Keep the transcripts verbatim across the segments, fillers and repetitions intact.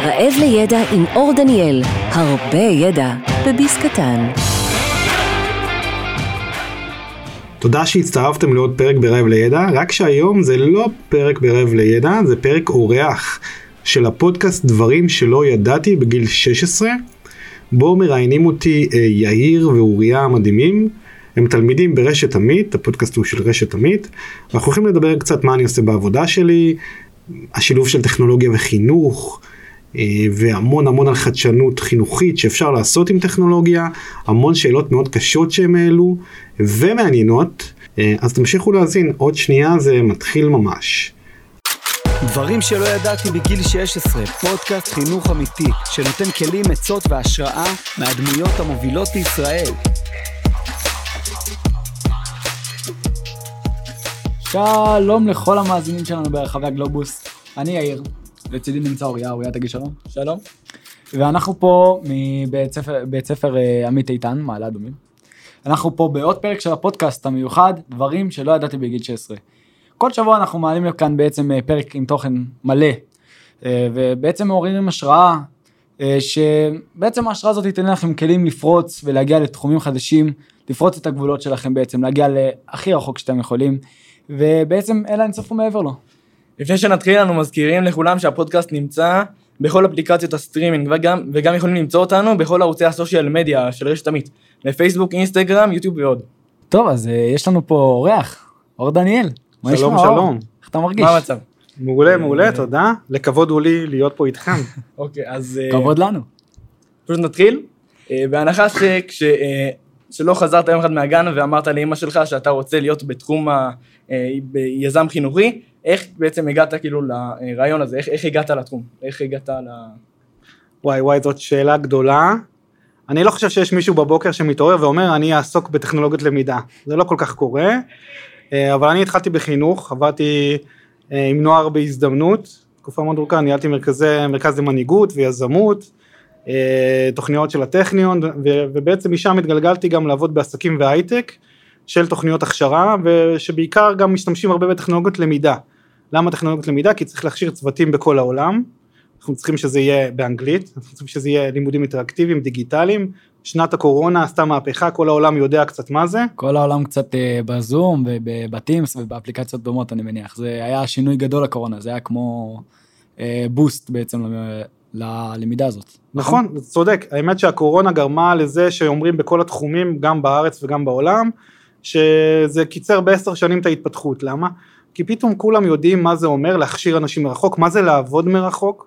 רעב לידע עם אור דניאל, הרבה ידע בביס קטן. תודה שהצטרפתם לעוד פרק ברעב לידע, רק שהיום זה לא פרק ברעב לידע, זה פרק אורח של הפודקאסט דברים שלא ידעתי בגיל שש עשרה, בו מראיינים אותי יאיר ואוריה המדהימים, הם תלמידים ברשת עמית, הפודקאסט הוא של רשת עמית, ואנחנו הולכים לדבר קצת מה אני עושה בעבודה שלי, השילוב של טכנולוגיה וחינוך, והמון המון על חדשנות חינוכית שאפשר לעשות עם טכנולוגיה, המון שאלות מאוד קשות שהם העלו, ומעניינות, אז תמשיכו להזין, עוד שנייה זה מתחיל ממש. דברים שלא ידעתי בגיל שש עשרה, פודקאסט חינוך אמיתי, שנותן כלים, עצות והשראה מהדמויות המובילות בישראל. שלום לכל המאזינים שלנו ברחבי הגלובוס, אני יאיר, לצידי נמצא אוריה, אוריה תגיד שלום. שלום. ואנחנו פה מבית ספר, בית ספר עמית איתן, מעלה אדומים. אנחנו פה בעוד פרק של הפודקאסט המיוחד, דברים שלא ידעתי בגיל שש עשרה. כל שבוע אנחנו מעלים לכאן בעצם פרק עם תוכן מלא, ובעצם מעוררים השראה, שבעצם ההשראה הזאת תיתן לכם כלים לפרוץ ולהגיע לתחומים חדשים, לפרוץ את הגבולות שלכם בעצם, להגיע להכי רחוק שאתם יכולים, ובעצם אלא אינסוף מעבר לו. לפני שנתחיל אנחנו מזכירים לכולם שהפודקאסט נמצא בכל אפליקציות הסטרימינג, וגם, וגם יכולים למצוא אותנו בכל ערוצי הסושיאל מדיה של רשת עמית, בפייסבוק, אינסטגרם, יוטיוב ועוד. טוב, אז יש לנו פה אורח, אור דניאל. שלום, שלום. איך אתה מרגיש? מה המצב? מעולה, מעולה, תודה. לכבוד הוא לי להיות פה איתכם. אוקיי, אז... כבוד לנו. פשוט נתחיל. בהנחה שכש... שלא חזרת יום אחד מהגן ואמרת לאמא שלך שאתה רוצה להיות בתחום היזם חינוכי, איך בעצם הגעת כאילו לרעיון הזה? איך, איך הגעת לתחום? איך הגעת ל... וואי וואי, זאת שאלה גדולה. אני לא חושב שיש מישהו בבוקר שמתעורר ואומר, אני אעסוק בטכנולוגיות למידה. זה לא כל כך קורה, אבל אני התחלתי בחינוך, עברתי עם נוער בהזדמנות, תקופה מאוד ארוכה, ניהלתי מרכזי, מרכז למנהיגות ויזמות, תוכניות של הטכניון, ובעצם משם התגלגלתי גם לעבוד בעסקים והייטק, של תוכניות הכשרה, ושבעיקר גם משתמשים הרבה בטכנולוגיות למידה. למה טכנולוגיות למידה? כי צריך להכשיר צוותים בכל העולם, אנחנו צריכים שזה יהיה באנגלית, אנחנו צריכים שזה יהיה לימודים אינטראקטיביים, דיגיטליים, שנת הקורונה עשתה מהפכה, כל העולם יודע קצת מה זה. כל העולם קצת בזום ובטימס ובאפליקציות דומות אני מניח, זה היה שינוי גדול לקורונה, זה היה כמו בוסט בעצם ללמידה הזאת. נכון, זה צודק, האמת שהקורונה גרמה לזה שאומרים בכל התחומים, גם בארץ וגם בעולם, שזה קיצר בעשר שנים את ההתפתחות, למה? כי פתאום כולם יודעים מה זה אומר להכשיר אנשים מרחוק, מה זה לעבוד מרחוק,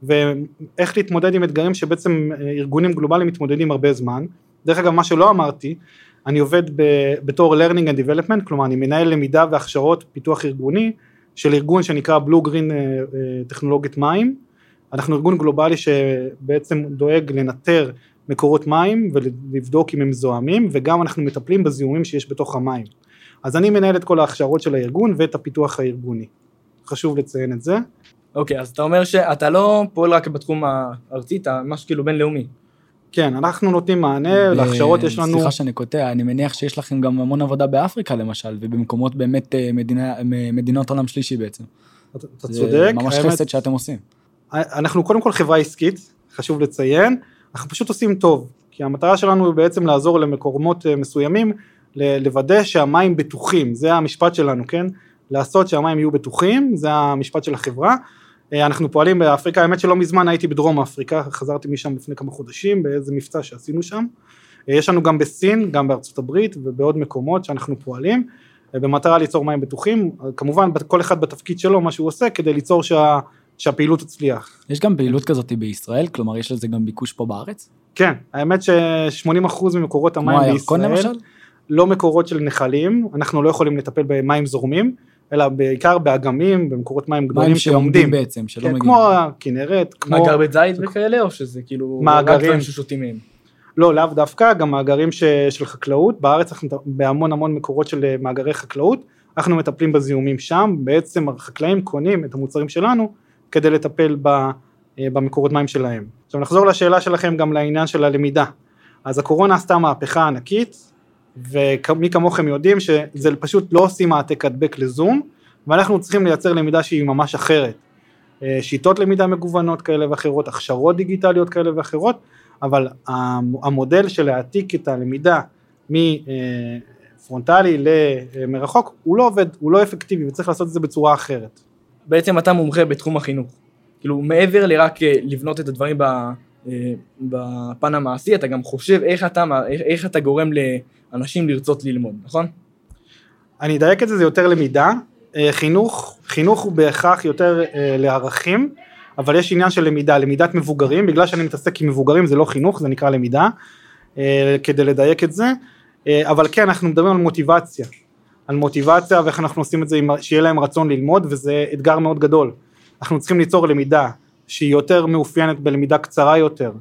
ואיך להתמודד עם אתגרים שבעצם ארגונים גלובליים מתמודדים הרבה זמן. דרך אגב, מה שלא אמרתי, אני עובד ב- בתור learning and development, כלומר אני מנהל למידה והכשרות פיתוח ארגוני, של ארגון שנקרא בלו גרין טכנולוגית מים, אנחנו ארגון גלובלי שבעצם דואג לנטר מקורות מים ולבדוק אם הם זוהמים, וגם אנחנו מטפלים בזיהומים שיש בתוך המים. אז אני מנהל את כל ההכשרות של הארגון ואת הפיתוח הארגוני. חשוב לציין את זה. אוקיי, אז אתה אומר שאתה לא פועל רק בתחום הארצי, אתה משהו כאילו בינלאומי. כן, אנחנו נותנים מענה, להכשרות יש לנו... סליחה שאני קוטע, אני מניח שיש לכם גם המון עבודה באפריקה למשל, ובמקומות באמת מדינה, מדינות עולם שלישי בעצם. אתה צודק. זה ממש חסד שאתם עושים. אנחנו קודם כל חברה עסקית, חשוב לציין, אנחנו פשוט עושים טוב, כי המטרה שלנו היא בעצם לעזור למקומות מסוימים, לוודא שהמים בטוחים, זה המשפט שלנו, כן? לעשות שהמים יהיו בטוחים, זה המשפט של החברה. אנחנו פועלים באפריקה, האמת שלא מזמן הייתי בדרום אפריקה, חזרתי משם לפני כמה חודשים, באיזה מבצע שעשינו שם. יש לנו גם בסין, גם בארצות הברית, ובעוד מקומות שאנחנו פועלים, במטרה ליצור מים בטוחים, כמובן כל אחד בתפקיד שלו, מה שהוא עושה, כדי ליצור שה... שהפעילות תצליח. יש גם פעילות כזאת בישראל? כלומר, יש לזה גם ביקוש פה בארץ? כן, האמת ש-שמונים אחוז ממקורות המים בישראל, לא מקורות של נחלים, אנחנו לא יכולים לטפל במים זורמים, אלא בעיקר באגמים, במקורות מים גדולים שעומדים. בעצם, שלא מגיעים. כמו כנרת, כמו... מאגר בית זית וכאלה, או שזה כאילו... מאגרים. ששותים מהם? לא, לאו דווקא, גם מאגרים של חקלאות, בארץ אנחנו בהמון המון מקורות של מאגרי חקלאות, אנחנו מטפלים בזיהומים שם, בעצם החקלאים קונים את המוצרים שלנו, כדי לטפל במקורות מים שלהם. עכשיו נחזור לשאלה שלכם גם לעניין של הלמידה. אז הקורונה עשתה מהפכה ענקית, ומי כמוכם יודעים שזה פשוט לא עושים העתק הדבק לזום, ואנחנו צריכים לייצר למידה שהיא ממש אחרת. שיטות למידה מגוונות כאלה ואחרות, הכשרות דיגיטליות כאלה ואחרות, אבל המודל של להעתיק את הלמידה מפרונטלי למרחוק, הוא לא עובד, הוא לא אפקטיבי, וצריך לעשות את זה בצורה אחרת. בעצם אתה מומחה בתחום החינוך, כאילו מעבר לרק לבנות את הדברים בפן המעשי, אתה גם חושב איך אתה, איך אתה גורם לאנשים לרצות ללמוד, נכון? אני אדייק את זה, זה יותר למידה, חינוך, חינוך הוא בהכרח יותר לערכים, אבל יש עניין של למידה, למידת מבוגרים, בגלל שאני מתעסק עם מבוגרים זה לא חינוך, זה נקרא למידה, כדי לדייק את זה, אבל כן, אנחנו מדברים על מוטיבציה, על מוטיבציה ואיך אנחנו עושים את זה, שיהיה להם רצון ללמוד, וזה אתגר מאוד גדול. אנחנו צריכים ליצור למידה שהיא יותר מאופיינת בלמידה קצרה יותר,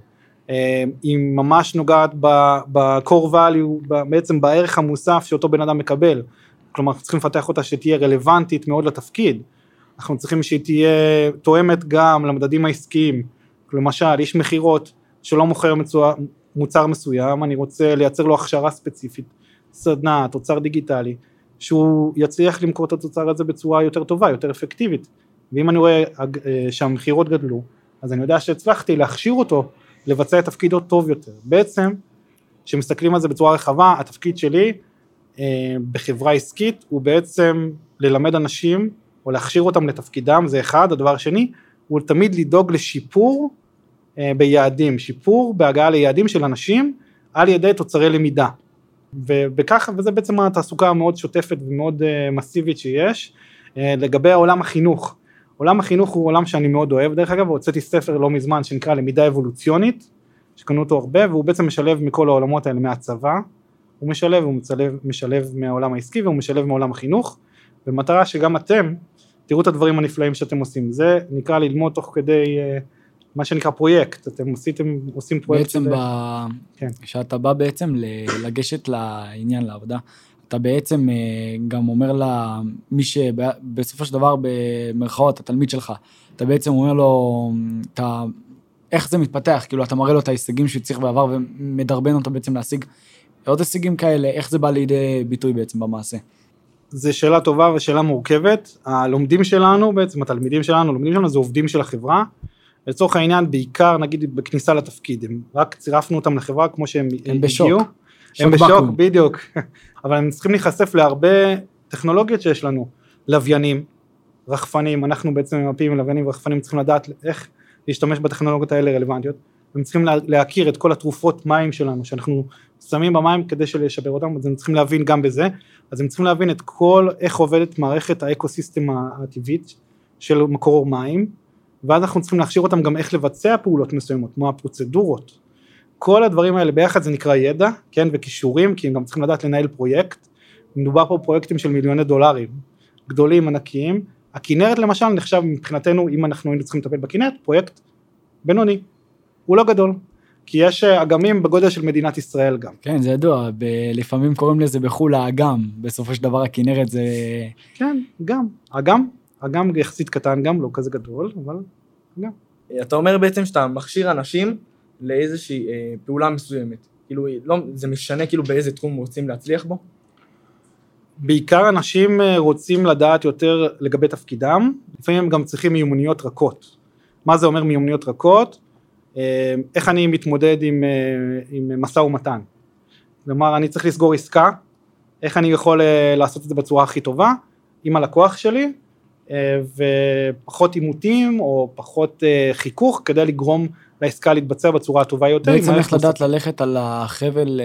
היא ממש נוגעת ב-core value, בעצם בערך המוסף שאותו בן אדם מקבל, כלומר אנחנו צריכים לפתח אותה שתהיה רלוונטית מאוד לתפקיד, אנחנו צריכים שהיא תהיה תואמת גם למדדים העסקיים, למשל יש מחירות שלא מוכר מוצר מסוים, אני רוצה לייצר לו הכשרה ספציפית, סדנה, תוצר דיגיטלי, שהוא יצליח למכור את התוצר הזה בצורה יותר טובה, יותר אפקטיבית, ואם אני רואה שהמחירות גדלו, אז אני יודע שהצלחתי להכשיר אותו, לבצע את תפקידו טוב יותר. בעצם, כשמסתכלים על זה בצורה רחבה, התפקיד שלי בחברה עסקית, הוא בעצם ללמד אנשים, או להכשיר אותם לתפקידם, זה אחד. הדבר השני, הוא תמיד לדאוג לשיפור ביעדים, שיפור בהגעה ליעדים של אנשים, על ידי תוצרי למידה. ובכך, וזה בעצם התעסוקה המאוד שוטפת ומאוד מסיבית שיש, לגבי העולם החינוך. עולם החינוך הוא עולם שאני מאוד אוהב, דרך אגב, הוצאתי ספר לא מזמן שנקרא למידה אבולוציונית, שקנו אותו הרבה, והוא בעצם משלב מכל העולמות האלה מהצבא, הוא משלב, הוא משלב, משלב מהעולם העסקי, והוא משלב מעולם החינוך, במטרה שגם אתם תראו את הדברים הנפלאים שאתם עושים, זה נקרא ללמוד תוך כדי, מה שנקרא פרויקט, אתם עושים, עושים פרויקט. בעצם, ב... כן. כשאתה בא בעצם לגשת לעניין, לעבודה, אתה בעצם גם אומר למי שבסופו של דבר במרכאות, התלמיד שלך, אתה בעצם אומר לו, אתה, איך זה מתפתח, כאילו אתה מראה לו את ההישגים שהוא צריך בעבר, ומדרבן אותו בעצם להשיג עוד הישגים כאלה, איך זה בא לידי ביטוי בעצם במעשה? זו שאלה טובה ושאלה מורכבת, הלומדים שלנו בעצם, התלמידים שלנו, הלומדים שלנו זה עובדים של החברה, לצורך העניין בעיקר נגיד בכניסה לתפקיד, הם רק צירפנו אותם לחברה כמו שהם הם בשוק. הם בשוק, בדיוק, אבל הם צריכים להיחשף להרבה טכנולוגיות שיש לנו, לוויינים, רחפנים, אנחנו בעצם ממפים לוויינים ורחפנים, צריכים לדעת איך להשתמש בטכנולוגיות האלה רלוונטיות, הם צריכים להכיר את כל התרופות מים שלנו, שאנחנו שמים במים כדי לשפר אותם, אז הם צריכים להבין גם בזה, אז הם צריכים להבין את כל, איך עובדת מערכת האקוסיסטם הטבעית של מקור מים, ואז אנחנו צריכים להכשיר אותם גם איך לבצע פעולות מסוימות, כמו הפרוצדורות, כל הדברים האלה ביחד זה נקרא ידע, כן, וכישורים, כי הם גם צריכים לדעת לנהל פרויקט, מדובר פה פרויקטים של מיליוני דולרים, גדולים, ענקיים, הכינרת למשל נחשב מבחינתנו, אם אנחנו היינו צריכים לטפל בכינרת, פרויקט בינוני, הוא לא גדול, כי יש אגמים בגודל של מדינת ישראל גם. כן, זה ידוע, ב- לפעמים קוראים לזה בחול האגם, בסופו של דבר הכינרת זה... כן, גם, אגם, אגם יחסית קטן גם, לא כזה גדול, אבל גם. אתה אומר בעצם שאתה מכשיר אנשים, לאיזושהי אה, פעולה מסוימת, כאילו לא, זה משנה כאילו באיזה תחום רוצים להצליח בו? בעיקר אנשים רוצים לדעת יותר לגבי תפקידם, לפעמים הם גם צריכים מיומנויות רכות. מה זה אומר מיומנויות רכות? אה, איך אני מתמודד עם, אה, עם מסע ומתן? כלומר, אני צריך לסגור עסקה, איך אני יכול אה, לעשות את זה בצורה הכי טובה, עם הלקוח שלי, אה, ופחות עימותים או פחות אה, חיכוך, כדי לגרום לעסקה להתבצע בצורה הטובה יותר. בעצם איך לדעת ללכת על החבל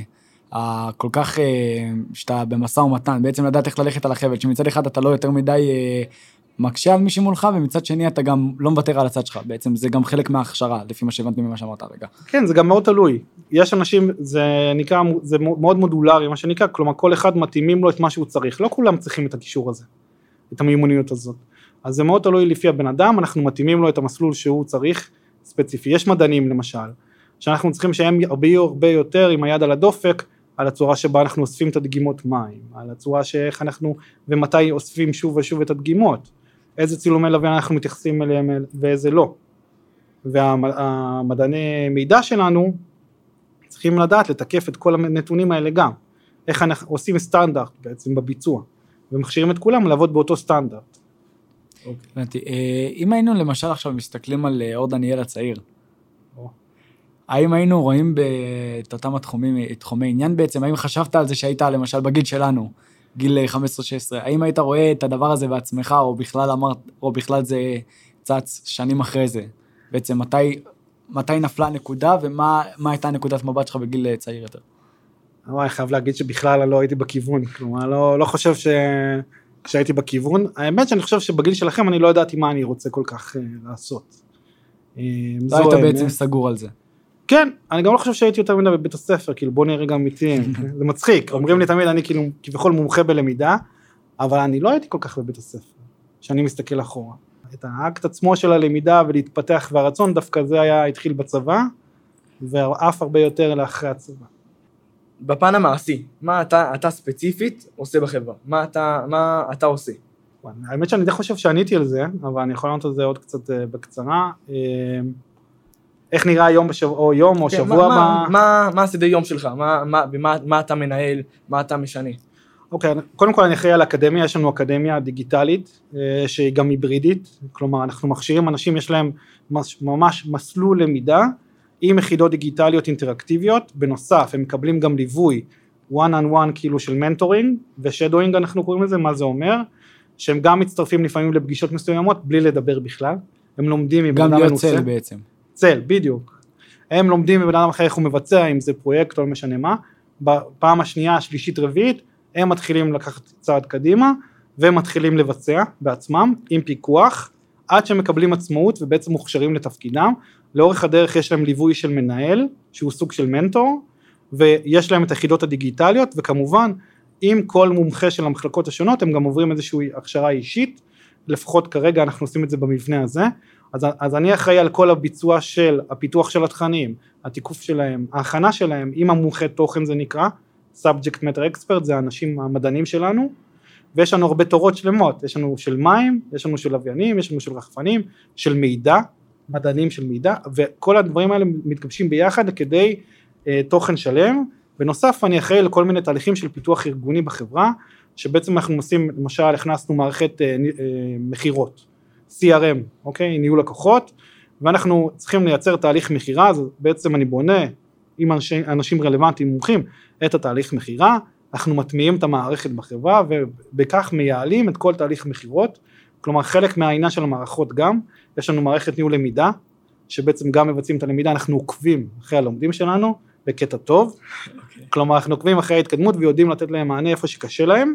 הכל כך, שאתה במסע ומתן, בעצם לדעת איך ללכת על החבל, שמצד אחד אתה לא יותר מדי מקשה על מישהו מולך, ומצד שני אתה גם לא מוותר על הצד שלך, בעצם זה גם חלק מההכשרה, לפי מה שהבנתי ממה שאמרת הרגע. כן, זה גם מאוד תלוי, יש אנשים, זה נקרא, זה מאוד מודולרי, מה שנקרא, כלומר כל אחד מתאימים לו את מה שהוא צריך, לא כולם צריכים את הקישור הזה, את המיומנויות הזאת, אז זה מאוד תלוי לפי הבן אדם, אנחנו מתאימים לו את המסלול שהוא צריך, ספציפי, יש מדענים למשל, שאנחנו צריכים שהם הרבה הרבה יותר עם היד על הדופק, על הצורה שבה אנחנו אוספים את הדגימות מים, על הצורה שאיך אנחנו ומתי אוספים שוב ושוב את הדגימות, איזה צילומי לוויין אנחנו מתייחסים אליהם ואיזה לא, והמדעני מידע שלנו צריכים לדעת לתקף את כל הנתונים האלה גם, איך אנחנו עושים סטנדרט בעצם בביצוע, ומכשירים את כולם לעבוד באותו סטנדרט. הבנתי. אם היינו למשל עכשיו מסתכלים על אור דניאל הצעיר, האם היינו רואים את אותם התחומים, תחומי עניין בעצם? האם חשבת על זה שהיית למשל בגיל שלנו, גיל חמש עשרה שש עשרה, האם היית רואה את הדבר הזה בעצמך, או בכלל אמרת, או בכלל זה צץ שנים אחרי זה? בעצם מתי, מתי נפלה הנקודה, ומה מה הייתה נקודת מבט שלך בגיל צעיר יותר? אני חייב להגיד שבכלל לא הייתי בכיוון, כלומר, לא, לא חושב ש... שהייתי בכיוון. האמת שאני חושב שבגיל שלכם אני לא ידעתי מה אני רוצה כל כך uh, לעשות. לא היית בעצם סגור על זה. כן, אני גם לא חושב שהייתי יותר מדי בבית הספר, כאילו בוא נראה גם איתי, זה מצחיק, אומרים לי תמיד אני כאילו כביכול מומחה בלמידה, אבל אני לא הייתי כל כך בבית הספר, שאני מסתכל אחורה. את האקט עצמו של הלמידה ולהתפתח והרצון, דווקא זה היה, התחיל בצבא, ואף הרבה יותר לאחרי הצבא. בפן המעשי, מה אתה, אתה ספציפית עושה בחברה? מה אתה, מה אתה עושה? האמת שאני די חושב שעניתי על זה, אבל אני יכול לענות על זה עוד קצת בקצרה. איך נראה יום בשבוע, או יום או שבוע? מה, מה, מה הסדר יום שלך? מה, מה, מה, מה אתה מנהל? מה אתה משנה? אוקיי, קודם כל אני אחראי על האקדמיה, יש לנו אקדמיה דיגיטלית, שהיא גם היברידית, כלומר אנחנו מכשירים אנשים, יש להם ממש מסלול למידה, עם יחידות דיגיטליות אינטראקטיביות, בנוסף הם מקבלים גם ליווי, one on one כאילו של מנטורינג, ושדואינג אנחנו קוראים לזה, מה זה אומר? שהם גם מצטרפים לפעמים לפגישות מסוימות, בלי לדבר בכלל, הם לומדים מבן אדם מנוסה. גם להיות צל בעצם. צל, בדיוק. הם לומדים מבן אדם אחר איך הוא מבצע, אם זה פרויקט או לא משנה מה, בפעם השנייה, השלישית, רביעית, הם מתחילים לקחת צעד קדימה, והם מתחילים לבצע בעצמם, עם פיקוח, עד שהם מקבלים עצמאות ובעצם מוכשרים לתפקידם, לאורך הדרך יש להם ליווי של מנהל, שהוא סוג של מנטור, ויש להם את היחידות הדיגיטליות, וכמובן, עם כל מומחה של המחלקות השונות, הם גם עוברים איזושהי הכשרה אישית, לפחות כרגע אנחנו עושים את זה במבנה הזה, אז, אז אני אחראי על כל הביצוע של הפיתוח של התכנים, התיקוף שלהם, ההכנה שלהם, עם המומחה תוכן זה נקרא, subject matter expert, זה האנשים המדענים שלנו, ויש לנו הרבה תורות שלמות, יש לנו של מים, יש לנו של לוויינים, יש לנו של רחפנים, של מידע, מדענים של מידע, וכל הדברים האלה מתגבשים ביחד כדי אה, תוכן שלם, בנוסף אני אחראי לכל מיני תהליכים של פיתוח ארגוני בחברה, שבעצם אנחנו עושים, למשל הכנסנו מערכת אה, אה, מחירות, סי אר אם, אוקיי, ניהול לקוחות, ואנחנו צריכים לייצר תהליך מחירה, אז בעצם אני בונה עם אנשים, אנשים רלוונטיים מומחים את התהליך מחירה, אנחנו מטמיעים את המערכת בחברה, ובכך מייעלים את כל תהליך מחירות, כלומר חלק מהעניין של המערכות גם, יש לנו מערכת ניהול למידה, שבעצם גם מבצעים את הלמידה, אנחנו עוקבים אחרי הלומדים שלנו, בקטע טוב, okay. כלומר אנחנו עוקבים אחרי ההתקדמות, ויודעים לתת להם מענה איפה שקשה להם,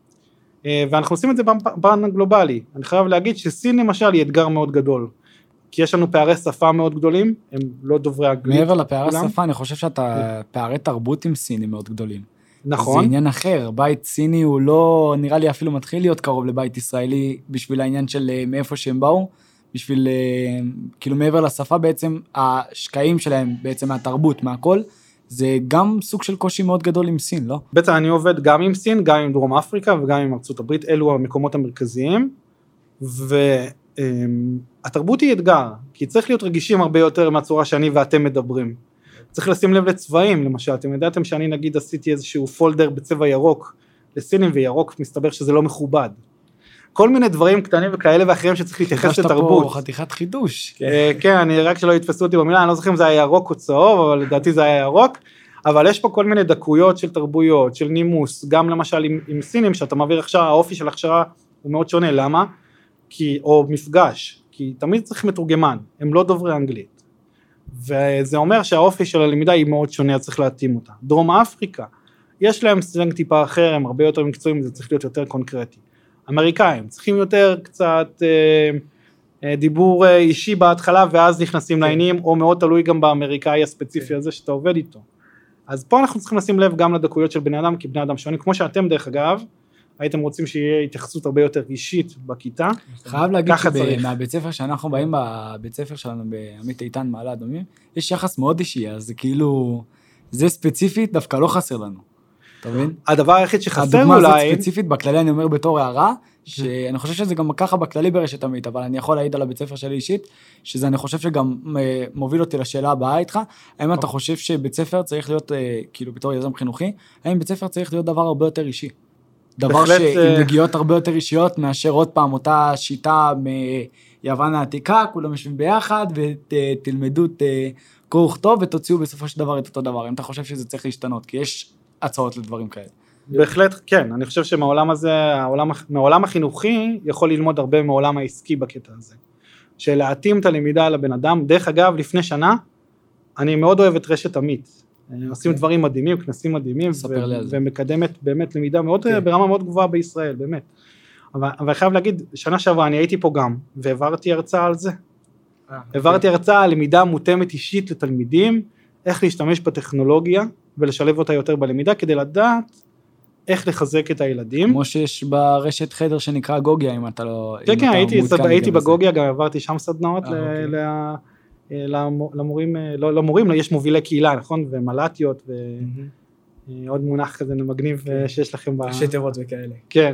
ואנחנו עושים את זה בפן הגלובלי, אני חייב להגיד שסין למשל היא אתגר מאוד גדול, כי יש לנו פערי שפה מאוד גדולים, הם לא דוברי אנגלית. מעבר לפערי שפה, אני חושב שאתה פערי תרבות עם סינים מאוד גדולים. נכון. זה עניין אחר, בית סיני הוא לא, נראה לי אפילו מתחיל להיות קרוב לבית ישראלי, בשביל העניין של מאיפה שהם באו, בשביל, כאילו מעבר לשפה בעצם, השקעים שלהם בעצם מהתרבות, מהכל, זה גם סוג של קושי מאוד גדול עם סין, לא? בעצם אני עובד גם עם סין, גם עם דרום אפריקה וגם עם ארצות הברית, אלו המקומות המרכזיים, והתרבות היא אתגר, כי צריך להיות רגישים הרבה יותר מהצורה שאני ואתם מדברים. צריך לשים לב לצבעים, למשל, אתם ידעתם שאני נגיד עשיתי איזשהו פולדר בצבע ירוק לסינים, וירוק מסתבר שזה לא מכובד. כל מיני דברים קטנים וכאלה ואחרים שצריך להתייחס לתרבות. פה חתיכת חידוש. כן, אני רק שלא יתפסו אותי במילה, אני לא זוכר אם זה היה ירוק או צהוב, אבל לדעתי זה היה ירוק, אבל יש פה כל מיני דקויות של תרבויות, של נימוס, גם למשל עם, עם סינים, שאתה מעביר הכשרה, האופי של הכשרה הוא מאוד שונה, למה? כי, או מפגש, כי תמיד צריך מתורגמן, הם לא דוברי אנגלית, וזה אומר שהאופי של הלמידה היא מאוד שונה, צריך להתאים אותה. דרום אפריקה, יש להם סלנג טיפה אחר, הם הרבה יותר מקצועיים, זה צריך להיות יותר קונקרטי. אמריקאים, צריכים יותר קצת אה, אה, דיבור אה, אישי בהתחלה, ואז נכנסים כן. לעניינים, או מאוד תלוי גם באמריקאי הספציפי כן. הזה שאתה עובד איתו. אז פה אנחנו צריכים לשים לב גם לדקויות של בני אדם, כי בני אדם שונים, כמו שאתם דרך אגב, הייתם רוצים שיהיה התייחסות הרבה יותר אישית בכיתה. חייב להגיד שמהבית ספר שאנחנו באים בבית ספר שלנו, בעמית איתן מעלה אדומים, יש יחס מאוד אישי, אז זה כאילו, זה ספציפית דווקא לא חסר לנו. הדבר היחיד שחסר אולי... הדוגמה הזאת ספציפית בכללי, אני אומר בתור הערה, שאני חושב שזה גם ככה בכללי ברשת עמית, אבל אני יכול להעיד על הבית ספר שלי אישית, שזה אני חושב שגם מוביל אותי לשאלה הבאה איתך, האם אתה חושב שבית ספר צריך להיות, כאילו בתור יזם חינוכי, האם בית ספר צריך להיות דבר הרבה יותר אישי? דבר בהחלט, שעם אה, נגיעות הרבה יותר אישיות, מאשר עוד פעם אותה שיטה מיוון העתיקה, כולם יושבים ביחד, ותלמדו את קרוא וכתוב, ותוציאו בסופו של דבר את אותו דבר, אם אתה חושב שזה צריך להשתנות, כי יש הצעות לדברים כאלה. בהחלט, כן, אני חושב שמעולם הזה, העולם, מעולם החינוכי, יכול ללמוד הרבה מעולם העסקי בקטע הזה. של להתאים את הלמידה לבן אדם. דרך אגב, לפני שנה, אני מאוד אוהב את רשת עמית. עושים דברים מדהימים, כנסים מדהימים, ומקדמת באמת למידה מאוד, ברמה מאוד גבוהה בישראל, באמת. אבל אני חייב להגיד, שנה שעברה אני הייתי פה גם, והעברתי הרצאה על זה. העברתי הרצאה על למידה מותאמת אישית לתלמידים, איך להשתמש בטכנולוגיה, ולשלב אותה יותר בלמידה, כדי לדעת איך לחזק את הילדים. כמו שיש ברשת חדר שנקרא גוגיה, אם אתה לא... כן, כן, הייתי בגוגיה, גם עברתי שם סדנאות למורים, לא למורים, יש מובילי קהילה, נכון? ומלטיות, ועוד מונח כזה מגניב שיש לכם. ראשי תיבות וכאלה. כן.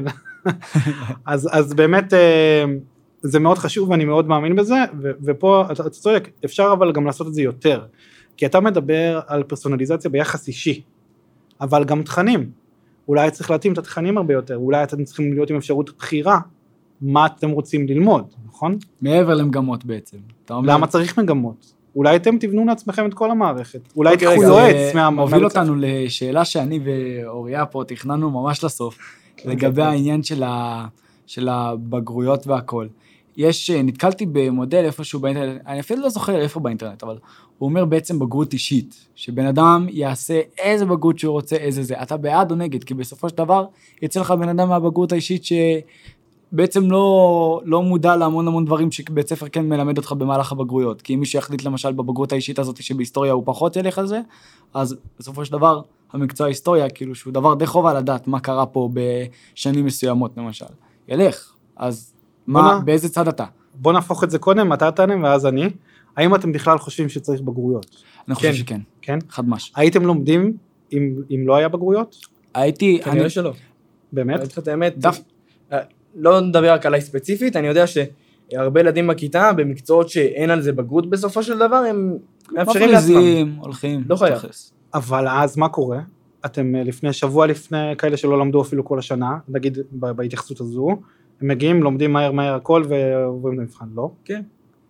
אז באמת, זה מאוד חשוב, ואני מאוד מאמין בזה, ופה, אתה צודק, אפשר אבל גם לעשות את זה יותר, כי אתה מדבר על פרסונליזציה ביחס אישי, אבל גם תכנים. אולי צריך להתאים את התכנים הרבה יותר, אולי אתם צריכים להיות עם אפשרות בחירה, מה אתם רוצים ללמוד, נכון? מעבר למגמות בעצם. למה צריך מגמות? אולי אתם תבנו לעצמכם את כל המערכת, אולי תקחו יועץ מהמערכת. מוביל אותנו לשאלה שאני ואוריה פה תכננו ממש לסוף, לגבי העניין של הבגרויות והכל. יש, נתקלתי במודל איפשהו באינטרנט, אני אפילו לא זוכר איפה באינטרנט, אבל הוא אומר בעצם בגרות אישית, שבן אדם יעשה איזה בגרות שהוא רוצה, איזה זה, אתה בעד או נגד, כי בסופו של דבר יצא לך בן אדם מהבגרות האישית שבעצם לא, לא מודע להמון המון דברים שבית ספר כן מלמד אותך במהלך הבגרויות, כי אם מישהו יחליט למשל בבגרות האישית הזאת שבהיסטוריה הוא פחות ילך על זה, אז בסופו של דבר המקצוע ההיסטוריה, כאילו שהוא דבר די חובה לדעת מה קרה פה בשנים מסוימות למשל, ילך, אז מה, באיזה צד אתה? בוא נהפוך את זה קודם, אתה תענה ואז אני. האם אתם בכלל חושבים שצריך בגרויות? אני חושב שכן. כן? חד משהו. הייתם לומדים אם, אם לא היה בגרויות? הייתי... כנראה שלא. באמת? אני את האמת, לא נדבר רק עליי ספציפית, אני יודע שהרבה ילדים בכיתה, במקצועות שאין על זה בגרות בסופו של דבר, הם מאפשרים לעצמם. מפריזים, הולכים. לא חייב. אבל אז מה קורה? אתם לפני, שבוע לפני כאלה שלא למדו אפילו כל השנה, נגיד בהתייחסות הזו, הם מגיעים, לומדים מהר מהר הכל ועוברים למבחן, לא? כן.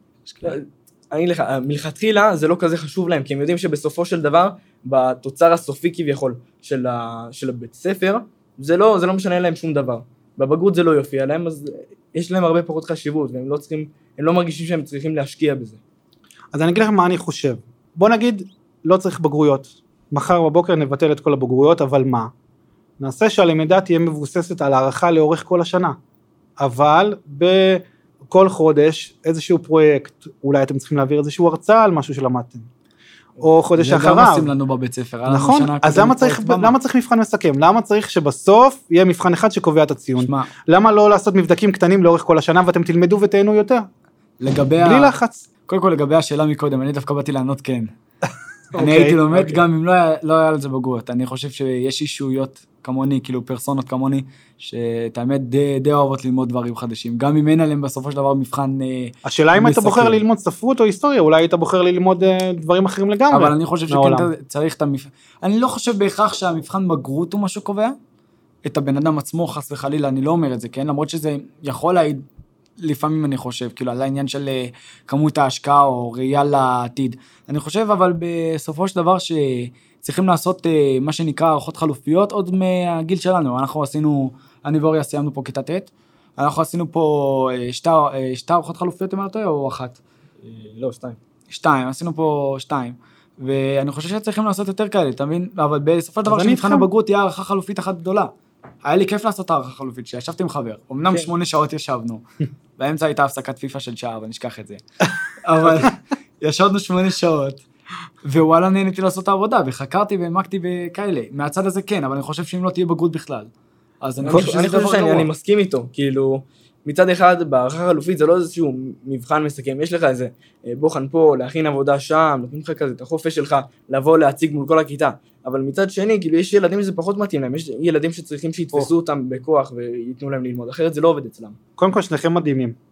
אני לך, מלכתחילה זה לא כזה חשוב להם, כי הם יודעים שבסופו של דבר, בתוצר הסופי כביכול של, ה, של הבית ספר, זה לא, זה לא משנה להם שום דבר. בבגרות זה לא יופיע להם, אז יש להם הרבה פחות חשיבות, והם לא צריכים, הם לא מרגישים שהם צריכים להשקיע בזה. אז אני אגיד לכם מה אני חושב. בוא נגיד, לא צריך בגרויות. מחר בבוקר נבטל את כל הבגרויות, אבל מה? נעשה שהלמידה תהיה מבוססת על הערכה לאורך כל השנה. אבל בכל חודש איזשהו פרויקט, אולי אתם צריכים להעביר איזשהו הרצאה על משהו שלמדתם, או חודש אחריו. זה גם עושים לנו בבית ספר. נכון, אז למה צריך, למה צריך מבחן מסכם? למה צריך שבסוף יהיה מבחן אחד שקובע את הציון? שמה. למה לא לעשות מבדקים קטנים לאורך כל השנה, ואתם תלמדו ותהנו יותר? לגבי בלי לחץ. קודם כל לגבי השאלה מקודם, אני דווקא באתי לענות כן. אני הייתי לומד גם אם לא היה על זה בגרות, אני חושב שיש אישויות כמוני, כאילו פרסונות כמוני, שאת האמת די אוהבות ללמוד דברים חדשים, גם אם אין עליהם בסופו של דבר מבחן מסכם. השאלה אם אתה בוחר ללמוד ספרות או היסטוריה, אולי היית בוחר ללמוד דברים אחרים לגמרי. אבל אני חושב שכן צריך את המבחן, אני לא חושב בהכרח שהמבחן בגרות הוא משהו קובע, את הבן אדם עצמו חס וחלילה, אני לא אומר את זה, כן? למרות שזה יכול להעיד, לפעמים אני חושב, כאילו על העניין של כמות ההשקעה או ראייה לעתיד. אני חושב אבל בסופו של דבר שצריכים לעשות מה שנקרא הערכות חלופיות עוד מהגיל שלנו. אנחנו עשינו, אני ואוריה סיימנו פה כיתה ט', אנחנו עשינו פה שתי, שתי הערכות חלופיות אם אתה או אחת? לא, שתיים. שתיים, עשינו פה שתיים. ואני חושב שצריכים לעשות יותר כאלה, אתה מבין? אבל בסופו של דבר שמבחן הבגרות תהיה הערכה חלופית אחת גדולה. היה לי כיף לעשות הערכה חלופית, שישבתי עם חבר, אמנם שמונה שעות ישבנו, באמצע הייתה הפסקת פיפה של שעה, אבל נשכח את זה. אבל ישבנו שמונה שעות, ווואלה נהניתי לעשות את העבודה, וחקרתי והעמקתי וכאלה. מהצד הזה כן, אבל אני חושב שאם לא תהיה בגרות בכלל. אז אני חושב שזה דבר גרוע. אני מסכים איתו, כאילו, מצד אחד, בהערכה חלופית זה לא איזשהו מבחן מסכם, יש לך איזה בוחן פה, להכין עבודה שם, נותנים לך כזה את החופש שלך, לבוא להציג מול כל הכיתה. אבל מצד שני, כאילו, יש ילדים שזה פחות מתאים להם, יש ילדים שצריכים שיתפסו אותם בכוח וייתנו להם ללמוד, אחרת זה לא עובד אצלם. קודם כל, שניכם מדהימים.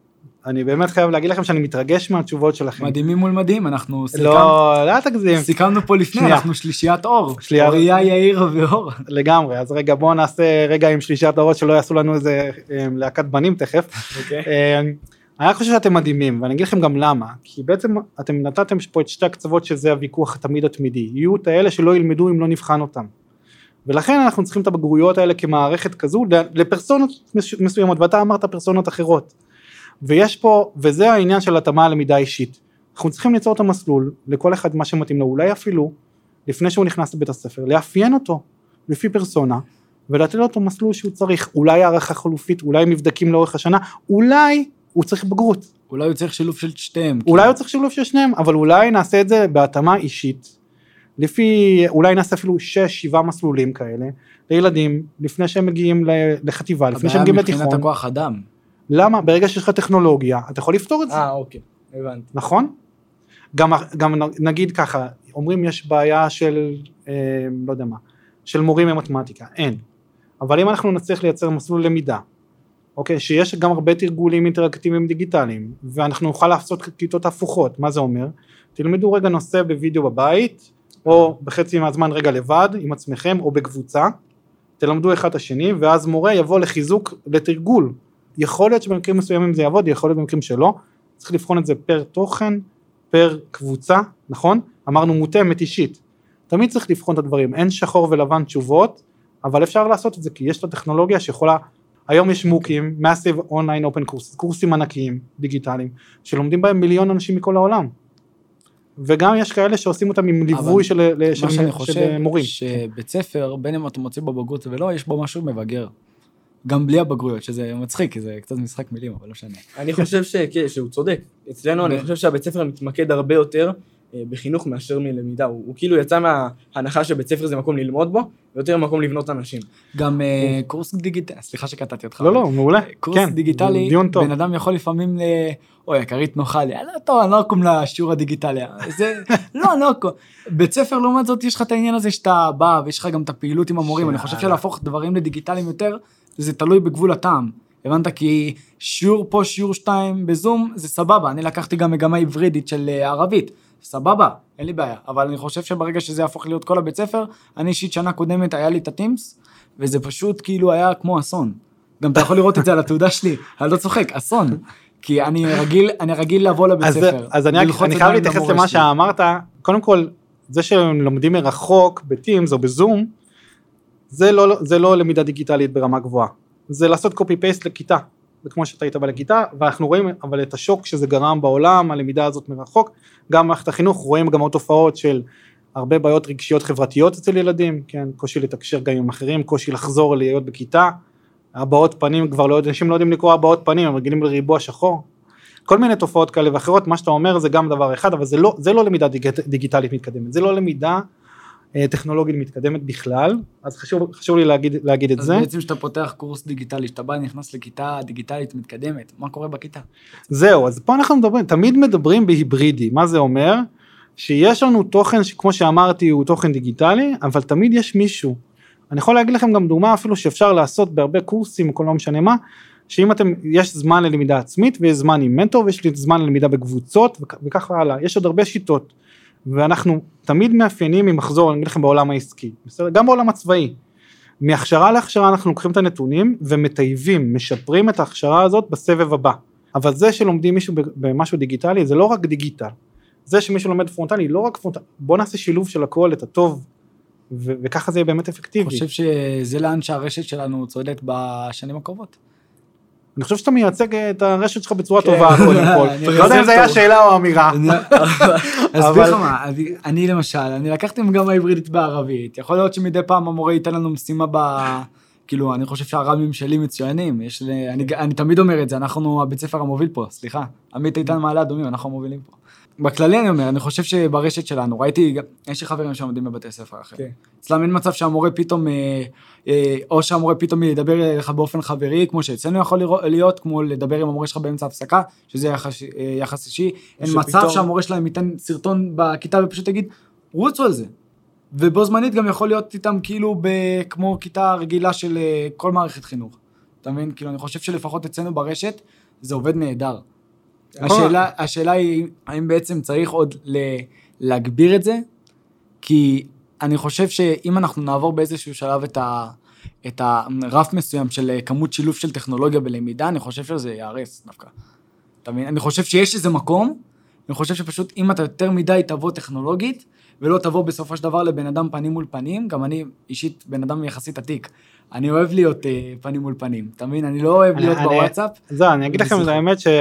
אני באמת חייב להגיד לכם שאני מתרגש מהתשובות שלכם. מדהימים מול מדהים, אנחנו לא, לא תגזים. סיכמנו פה לפני, שנייה. אנחנו שלישיית אור. שלייה. אוריה, יאיר ואור. לגמרי, אז רגע, בואו נעשה רגע עם שלישיית האורות, שלא יעשו לנו איזה אה, להקת בנים תכף. אוקיי. אה, אני חושב שאתם מדהימים, ואני אגיד לכם גם למה, כי בעצם אתם נתתם פה את שתי הקצוות שזה הוויכוח התמיד התמידי, יהיו את האלה שלא ילמדו אם לא נבחן אותם. ולכן אנחנו צריכים את הבגרויות האלה כמערכת כזו לפרסונות מסוימות, ואתה אמרת פרסונות אחרות. ויש פה, וזה העניין של התאמה למידה אישית. אנחנו צריכים ליצור את המסלול לכל אחד מה שמתאים לו, אולי אפילו לפני שהוא נכנס לבית הספר, לאפיין אותו לפי פרסונה, ולתת לו אותו מסלול שהוא צריך, אולי הערכה חלופית, אולי מבדקים לאורך השנה, אולי הוא צריך בגרות. אולי הוא צריך שילוב של שתיהם. אולי כאילו. הוא צריך שילוב של שניהם, אבל אולי נעשה את זה בהתאמה אישית, לפי, אולי נעשה אפילו שש, שבעה מסלולים כאלה, לילדים, לפני שהם מגיעים לחטיבה, לפני שהם מגיעים לתיכון. הבעיה מבחינת הכוח אדם. למה? ברגע שיש לך טכנולוגיה, אתה יכול לפתור את זה. אה, אוקיי, הבנתי. נכון? גם, גם נגיד ככה, אומרים יש בעיה של, אה, לא יודע מה, של מורים במתמטיקה, אין. אבל אם אנחנו נצליח לייצר מסלול למידה, אוקיי, שיש גם הרבה תרגולים אינטראקטיביים דיגיטליים, ואנחנו נוכל לעשות כיתות הפוכות, מה זה אומר? תלמדו רגע נושא בווידאו בבית, או בחצי מהזמן רגע לבד, עם עצמכם, או בקבוצה, תלמדו אחד את השני, ואז מורה יבוא לחיזוק, לתרגול. יכול להיות שבמקרים מסוימים זה יעבוד, יכול להיות במקרים שלא, צריך לבחון את זה פר תוכן, פר קבוצה, נכון? אמרנו מותאמת אישית. תמיד צריך לבחון את הדברים, אין שחור ולבן תשובות, אבל אפשר לעשות את זה, כי יש לה טכנולוגיה שיכולה, היום יש מוקים, Massive Online Open Courses, קורסים ענקיים, דיגיטליים, שלומדים בהם מיליון אנשים מכל העולם. וגם יש כאלה שעושים אותם עם ליווי של, של, של, של מורים. שבית ספר, בין אם אתה מוציא בבגרות ולא, יש בו משהו מבגר. גם בלי הבגרויות, שזה מצחיק, כי זה קצת משחק מילים, אבל לא שנה. אני חושב שהוא צודק. אצלנו אני חושב שהבית ספר מתמקד הרבה יותר בחינוך מאשר מלמידה. הוא, הוא כאילו יצא מההנחה שבית ספר זה מקום ללמוד בו, ויותר מקום לבנות אנשים. גם קורס דיגיטלי, סליחה שקטעתי אותך. לא, לא, מעולה. קורס דיגיטלי, בן אדם יכול לפעמים ל... אוי, יקרית נוחה לי, לא טוב, אני לא אקום לשיעור הדיגיטלי. לא, לא אקום. בית ספר, לעומת זאת, יש לך את העניין הזה שאתה בא, ויש לך גם את הפעילות עם המורים. אני חושב שלהפוך דברים לדיגיטליים יותר, זה תלוי בגבול הטעם. הבנת? כי שיעור פה, שיעור שתיים בזום, זה סבבה. אני לקחתי גם מגמה היברידית של ערבית. סבבה, אין לי בעיה. אבל אני חושב שברגע שזה יהפוך להיות כל הבית ספר, אני אישית שנה קודמת היה לי את הטימס, וזה פשוט כאילו היה כמו אסון. גם אתה יכול לראות את זה על התעודה שלי. אני לא צוחק, אסון. כי אני רגיל, אני רגיל לבוא לבית ספר. אז אני חייב להתייחס למה שאמרת. קודם כל, זה שהם לומדים מרחוק, בטימס או בזום, זה לא, זה לא למידה דיגיטלית ברמה גבוהה. זה לעשות קופי פייסט לכיתה, וכמו שאתה היית בא לכיתה, ואנחנו רואים אבל את השוק שזה גרם בעולם, הלמידה הזאת מרחוק, גם מערכת החינוך, רואים גם עוד תופעות של הרבה בעיות רגשיות חברתיות אצל ילדים, כן, קושי לתקשר גם עם אחרים, קושי לחזור להיות בכיתה, הבעות פנים, כבר לא, אנשים לא יודעים לקרוא הבעות פנים, הם רגילים לריבוע שחור, כל מיני תופעות כאלה ואחרות, מה שאתה אומר זה גם דבר אחד, אבל זה לא, זה לא למידה דיגיטלית מתקדמת, זה לא למידה טכנולוגית מתקדמת בכלל, אז חשוב, חשוב לי להגיד, להגיד את אז זה. אז בעצם שאתה פותח קורס דיגיטלי, שאתה בא נכנס לכיתה דיגיטלית מתקדמת, מה קורה בכיתה? זהו, אז פה אנחנו מדברים, תמיד מדברים בהיברידי, מה זה אומר? שיש לנו תוכן, כמו שאמרתי, הוא תוכן דיגיטלי, אבל תמיד יש מישהו, אני יכול להגיד לכם גם דוגמה אפילו שאפשר לעשות בהרבה קורסים, כל לא משנה מה, שאם אתם, יש זמן ללמידה עצמית, ויש זמן עם מנטור, ויש לי זמן ללמידה בקבוצות, וככה הלאה, יש עוד הרבה שיטות, ואנחנו תמיד מאפיינים ממחזור, אני אגיד לכם בעולם העסקי, בסדר? גם בעולם הצבאי, מהכשרה להכשרה אנחנו לוקחים את הנתונים, ומטייבים, משפרים את ההכשרה הזאת בסבב הבא, אבל זה שלומדים מישהו במשהו דיגיטלי, זה לא רק דיגיטל, זה שמישהו לומד פרונטלי, לא רק פרונטלי, בוא נעשה שילוב של הכל, את הטוב, ו- וככה זה יהיה באמת אפקטיבי. אני חושב שזה לאן שהרשת שלנו צועדת בשנים הקרובות. אני חושב שאתה מייצג את הרשת שלך בצורה טובה, קודם כל. לא יודע אם זה היה שאלה או אמירה. אסביר לך מה, אני למשל, אני לקחתי גם ההיברידית בערבית, יכול להיות שמדי פעם המורה ייתן לנו משימה ב... כאילו, אני חושב שהרבים שלי מצוינים, אני תמיד אומר את זה, אנחנו הבית ספר המוביל פה, סליחה, עמית איתן מעלה אדומים, אנחנו המובילים פה. בכללי אני אומר, אני חושב שברשת שלנו, ראיתי, יש לי חברים שעומדים בבתי ספר אחר. אצלם אין מצב שהמורה פתאום, או שהמורה פתאום ידבר אליך באופן חברי, כמו שאצלנו יכול להיות, כמו לדבר עם המורה שלך באמצע הפסקה, שזה יחס אישי, אין מצב שהמורה שלהם ייתן סרטון בכיתה ופשוט יגיד, רוצו על זה. ובו זמנית גם יכול להיות איתם כאילו כמו כיתה רגילה של כל מערכת חינוך. אתה מבין? כאילו אני חושב שלפחות אצלנו ברשת, זה עובד נהדר. השאלה, השאלה היא, האם בעצם צריך עוד להגביר את זה? כי אני חושב שאם אנחנו נעבור באיזשהו שלב את ה... את הרף מסוים של כמות שילוב של טכנולוגיה בלמידה, אני חושב שזה יערס דווקא. אתה מבין? אני חושב שיש איזה מקום, אני חושב שפשוט אם אתה יותר מדי תבוא טכנולוגית, ולא תבוא בסופו של דבר לבן אדם פנים מול פנים, גם אני אישית בן אדם יחסית עתיק. אני אוהב להיות uh, פנים מול פנים, אתה מבין? אני לא אוהב להיות אני, בוואטסאפ. זהו, אני אגיד לכם את האמת ש...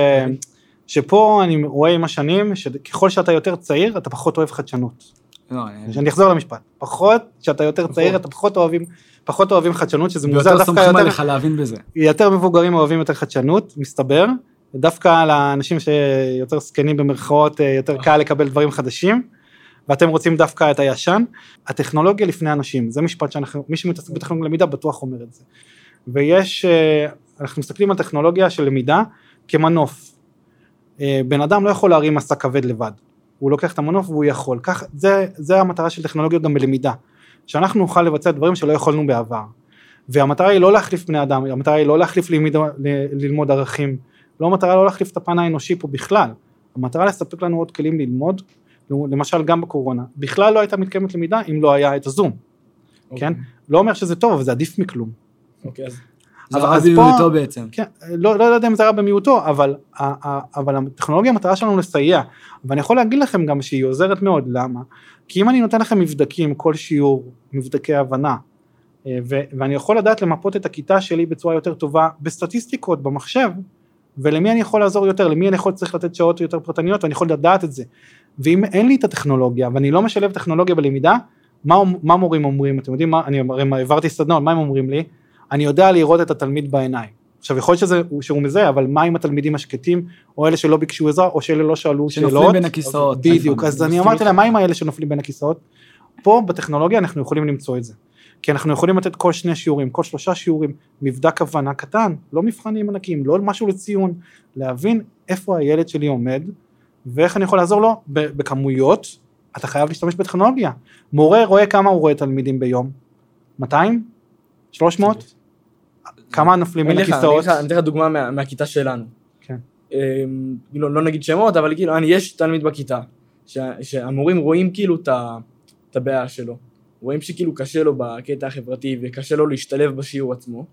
שפה אני רואה עם השנים, שככל שאתה יותר צעיר, אתה פחות אוהב חדשנות. לא, אני אחזור למשפט. פחות, שאתה יותר צעיר, אתה פחות אוהבים, פחות אוהבים חדשנות, שזה מוזר דווקא יותר... ויותר סומכים עליך להבין בזה. יותר מבוגרים אוהבים יותר חדשנות, מסתבר, ודווקא לאנשים שיותר סקנים במרכאות, יותר קל לקבל דברים חדשים, ואתם רוצים דווקא את הישן, הטכנולוגיה לפני אנשים, זה משפט שאנחנו, מי שמתעסק בטכנולוגיה למידה בטוח אומר את זה. ויש, אנחנו מסתכלים על טכנולוגיה של למידה כמנוף. בן אדם לא יכול להרים מסע כבד לבד, הוא לוקח את המנוף והוא יכול, כך, זה, זה המטרה של טכנולוגיות גם בלמידה, שאנחנו נוכל לבצע דברים שלא יכולנו בעבר, והמטרה היא לא להחליף בני אדם, המטרה היא לא להחליף ללמיד, ללמוד ערכים, לא המטרה לא להחליף את הפן האנושי פה בכלל, המטרה לספק לנו עוד כלים ללמוד, למשל גם בקורונה, בכלל לא הייתה מתקיימת למידה אם לא היה את הזום, okay. כן? לא אומר שזה טוב, אבל זה עדיף מכלום. אוקיי, okay, אז... זה רע במיעוטו בעצם. כן, לא, לא יודע אם זה רע במיעוטו, אבל, אבל הטכנולוגיה המטרה שלנו לסייע, ואני יכול להגיד לכם גם שהיא עוזרת מאוד, למה? כי אם אני נותן לכם מבדקים, כל שיעור, מבדקי הבנה, ו, ואני יכול לדעת למפות את הכיתה שלי בצורה יותר טובה, בסטטיסטיקות, במחשב, ולמי אני יכול לעזור יותר, למי אני יכול צריך לתת שעות יותר פרטניות, ואני יכול לדעת את זה. ואם אין לי את הטכנולוגיה, ואני לא משלב טכנולוגיה בלמידה, מה, מה מורים אומרים? אתם יודעים מה? אני העברתי סדנאות, מה הם אומרים לי? אני יודע לראות את התלמיד בעיניים. עכשיו, יכול להיות שזה, שהוא מזה, אבל מה עם התלמידים השקטים, או אלה שלא ביקשו עזרה, או שאלה לא שאלו שאלות. שנופלים בין הכיסאות. בדיוק, אז אני אמרתי להם, מה עם האלה שנופלים בין הכיסאות? פה בטכנולוגיה אנחנו יכולים למצוא את זה. כי אנחנו יכולים לתת כל שני שיעורים, כל שלושה שיעורים, מבדק הבנה קטן, לא מבחנים ענקים, לא משהו לציון, להבין איפה הילד שלי עומד, ואיך אני יכול לעזור לו בכמויות, אתה חייב להשתמש בטכנולוגיה. מורה רואה כמה הוא רואה תלמידים ביום, מאתיים? שלוש מאות? כמה נופלים בין הכיסאות? אני אתן לך דוגמה מהכיתה שלנו. כן. לא נגיד שמות, אבל כאילו, יש תלמיד בכיתה, שהמורים רואים כאילו את הבעיה שלו, רואים שכאילו קשה לו בקטע החברתי, וקשה לו להשתלב בשיעור עצמו,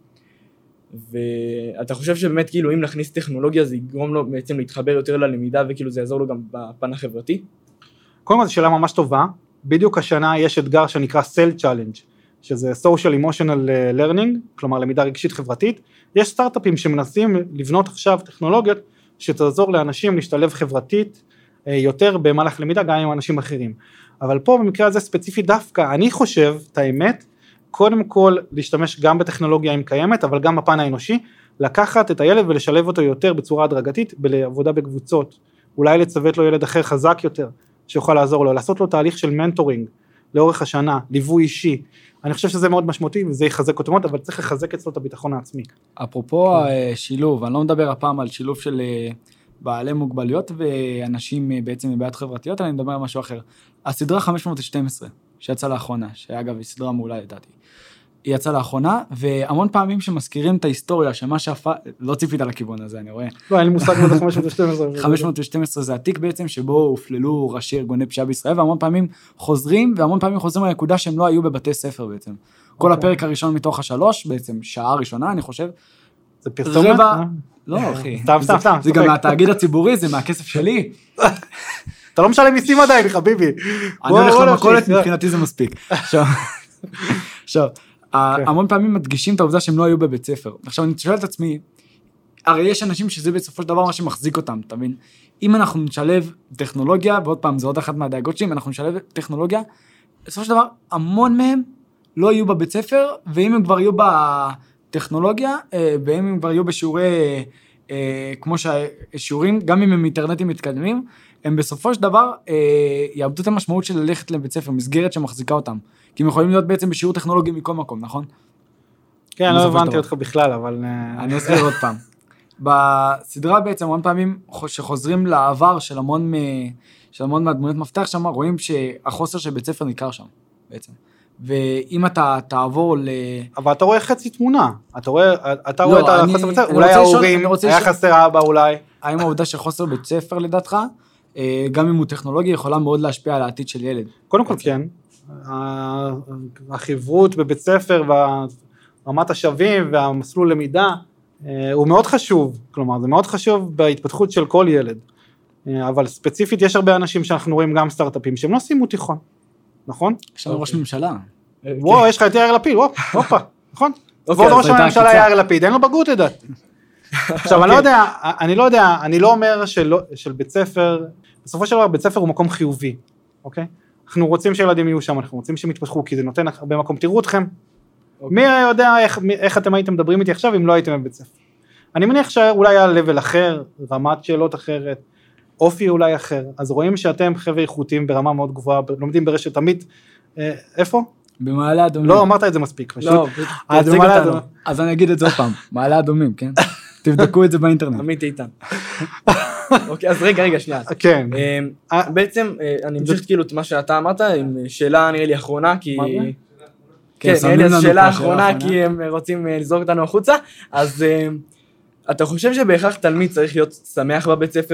ואתה חושב שבאמת כאילו אם נכניס טכנולוגיה, זה יגרום לו בעצם להתחבר יותר ללמידה, וכאילו זה יעזור לו גם בפן החברתי? קודם כל, זו שאלה ממש טובה, בדיוק השנה יש אתגר שנקרא Cell Challenge, שזה Social Emotional Learning, כלומר למידה רגשית חברתית, יש סטארט-אפים שמנסים לבנות עכשיו טכנולוגיות, שתעזור לאנשים להשתלב חברתית יותר במהלך למידה, גם עם אנשים אחרים. אבל פה במקרה הזה ספציפי דווקא, אני חושב, את האמת, קודם כל להשתמש גם בטכנולוגיה אם קיימת, אבל גם בפן האנושי, לקחת את הילד ולשלב אותו יותר בצורה הדרגתית, בעבודה בקבוצות, אולי לצוות לו ילד אחר חזק יותר, שיוכל לעזור לו, לעשות לו תהליך של מנטורינג, לאורך השנה, ליווי אישי, אני חושב שזה מאוד משמעותי, וזה יחזק אותו מאוד, אבל צריך לחזק אצלו את הביטחון העצמי. אפרופו שילוב, אני לא מדבר הפעם על שילוב של בעלי מוגבלויות, ואנשים בעצם מבעיות חברתיות, אני מדבר על משהו אחר. הסדרה חמש מאות ושתים עשרה, שיצאה לאחרונה, שאגב היא סדרה מעולה לדעתי, היא יצאה לאחרונה, והמון פעמים שמזכירים את ההיסטוריה, שמה שהפך, לא ציפית על הכיוון הזה, אני רואה. לא, אין לי מושג מה זה חמש מאות ושתים עשרה. חמש מאות ושתים עשרה זה התיק בעצם, שבו הופללו ראשי ארגוני פשיעה בישראל, והמון פעמים חוזרים, והמון פעמים חוזרים לנקודה שהם לא היו בבתי ספר בעצם. כל הפרק הראשון מתוך השלוש, בעצם שעה ראשונה, אני חושב. זה פרסומת? לא, אחי. סתם, סתם, סתם. זה גם מהתאגיד הציבורי, זה מהכסף שלי. אתה לא משלם מיסים עדיין, חביבי. אני הולך למכולת, מבחינתי זה מספיק. עכשיו, המון פעמים מדגישים את העובדה שהם לא היו בבית ספר. עכשיו אני שואל את עצמי, הרי יש אנשים שזה בסופו של דבר מה שמחזיק אותם, אתה מבין? אם אנחנו נשלב טכנולוגיה, ועוד פעם זה עוד אחת מהדאגות שלי, אם אנחנו נשלב טכנולוגיה, בסופו של דבר המון מהם לא יהיו בבית ספר, ואם הם כבר יהיו בטכנולוגיה, ואם הם כבר יהיו בשיעורי, כמו שהשיעורים, גם אם הם אינטרנטים מתקדמים, הם בסופו של דבר יאבדו את המשמעות של ללכת לבית ספר, מסגרת שמחזיקה אותם. כי הם יכולים להיות בעצם בשיעור טכנולוגי מכל מקום, נכון? כן, לא הבנתי אותך בכלל, אבל... אני אסביר עוד פעם. בסדרה בעצם, המון פעמים שחוזרים לעבר של המון, של המון מהדמויות מפתח שם, רואים שהחוסר של בית ספר ניכר שם, בעצם. ואם אתה תעבור ל... אבל אתה רואה חצי תמונה, אתה רואה, אתה לא, רואה את אני- החוסר בית ספר, אני אולי רוצה לשאול- ההורים, אני רוצה היה לשאול- חסר אבא אולי. האם העובדה שחוסר בית ספר לדעתך, אה, גם אם הוא טכנולוגי, יכולה מאוד להשפיע על העתיד של ילד? קודם כל כן, ה- החברות בבית ספר ורמת השווים והמסלול למידה, אה, הוא מאוד חשוב, כלומר זה מאוד חשוב בהתפתחות של כל ילד, אה, אבל ספציפית יש הרבה אנשים שאנחנו רואים גם סטארט-אפים שהם לא סיימו תיכון, נכון? יש לנו ראש ממשלה. וואו, יש לך את יאיר לפיד, וואו, הופה, נכון? אוקיי, כבוד אז ראש הייתה הממשלה עקיצה. יאיר לפיד, אין לו בגרות לדעתי. עכשיו, אני לא יודע, אני לא יודע, אני לא אומר שלא- של בית ספר, בסופו של דבר בית ספר הוא מקום חיובי, אוקיי? אנחנו רוצים שילדים יהיו שם, אנחנו רוצים שהם יתפתחו, כי זה נותן הרבה מקום, תראו אתכם. מי יודע איך, מי- איך אתם הייתם מדברים איתי עכשיו אם לא הייתם בבית ספר? אני מניח שאולי היה לבל אחר, רמת שאלות אחרת, אופי אולי אחר, אז רואים שאתם חבר'ה איכותיים ברמה מאוד גבוהה, לומדים ברשת תמיד, אה, איפה? במעלה אדומים. לא, אמרת את זה מספיק, פשוט. לא, אז תציג במעלה אותנו. אדומים. אז אני אגיד את זה עוד פעם, מעלה אדומים, כן? תבדקו את זה באינטרנט. עמית איתן. אוקיי, אז רגע, רגע, שנייה. כן. אה, בעצם, אה, אני אמשיך כאילו את מה שאתה אמרת, עם שאלה נראה לי אחרונה, כי... מה זה? כן, שמים נראה לי לנו אז פה שאלה שאלה אחרונה, אחרונה. כי הם רוצים אה, לזרוק אותנו החוצה, אז אה, אתה חושב שבהכרח תלמיד צריך להיות שמח בבית ספר?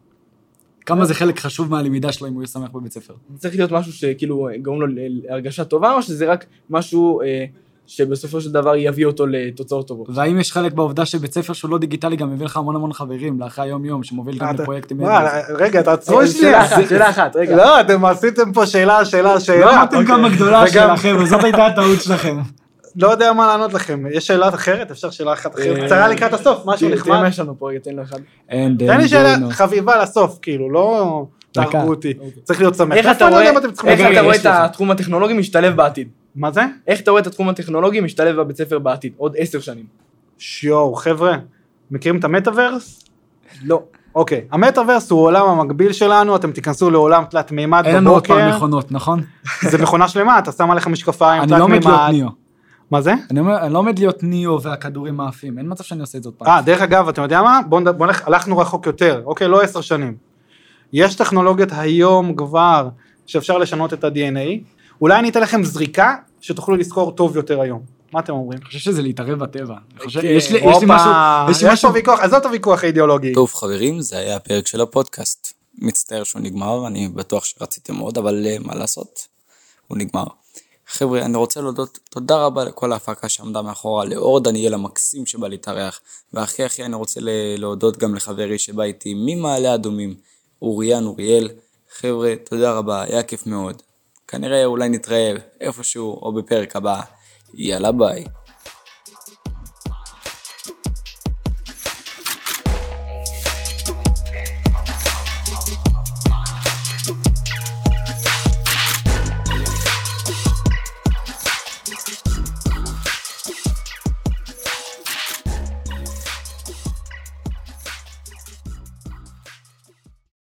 כמה זה חלק חשוב מהלמידה שלו אם הוא יהיה שמח בבית ספר? זה צריך להיות משהו שכאילו גורם לו להרגשה טובה, או שזה רק משהו אה, שבסופו של דבר יביא אותו לתוצאות טובות? והאם יש חלק בעובדה שבית ספר שהוא לא דיגיטלי גם מביא לך המון המון חברים לאחרי היום יום, שמוביל גם אתה- לפרויקטים מה, האלה? רגע, תעצרו אה, שנייה. שאלה אחת, שאלה אחת, רגע. לא, אתם עשיתם פה שאלה, שאלה, שאלה. לא אמרתם כמה גדולה וגם- שלכם, וזאת הייתה הטעות שלכם. לא יודע מה לענות לכם. יש שאלה אחרת? אפשר שאלה אחת אחרת? אה, קצרה לקראת הסוף, משהו תראה נחמד. מה יש לנו פה, רגע, תן לו אחד. תן לי שאלה חביבה לסוף, כאילו, לא דקה. תהרגו אותי. צריך להיות שמח. איך איפה אתה אני לא רואה יודע מה אתם צריכים איך להגיד? אתה רואה יש את לך. התחום הטכנולוגי משתלב בעתיד? מה זה? איך אתה רואה את התחום הטכנולוגי משתלב בבית ספר בעתיד, עוד עשר שנים? שיו, חבר'ה, מכירים את המטאברס? לא. אוקיי, המטאברס הוא העולם המקביל שלנו, אתם תיכנסו לעולם תלת מימד אין לנו עוד פעם בבוקר, מכונות, נכון? זה מכונה שלמה, אתה שם עליך משקפיים, אני תלת לא עומד להיות מימד. ניאו. מה זה? אני אומר, אני לא עומד להיות ניאו והכדורים מאפים, אין מצב שאני עושה את זה עוד פעם. אה, דרך אגב, אתם יודע מה? בואו נד- בואו נלך, הלכנו רחוק יותר, אוקיי, לא עשר שנים. יש טכנולוגיות היום כבר שאפשר לשנות את ה-די אן איי, אולי אני אתן לכם זריקה שתוכלו לזכור טוב יותר היום. מה אתם אומרים? אני חושב שזה להתערב בטבע. אני חושב- כן. יש לי יש לי הופה, משהו, יש לי יש משהו, פה ויכוח, עזוב את הוויכוח האידיאולוגי. טוב חברים, זה היה הפרק של הפודקאסט. מצטער שהוא נגמר, אני בטוח שרציתם עוד, אבל uh, מה לעשות? הוא נגמר. חבר'ה, אני רוצה להודות, תודה רבה לכל ההפקה שעמדה מאחורה, לאור דניאל המקסים שבא להתארח, והכי הכי אני רוצה להודות גם לחברי שבא איתי ממעלה אדומים, אוריאן אוריאל. חבר'ה, תודה רבה, היה כיף מאוד. כנראה אולי נתראה איפשהו או בפרק הבא. יאללה ביי.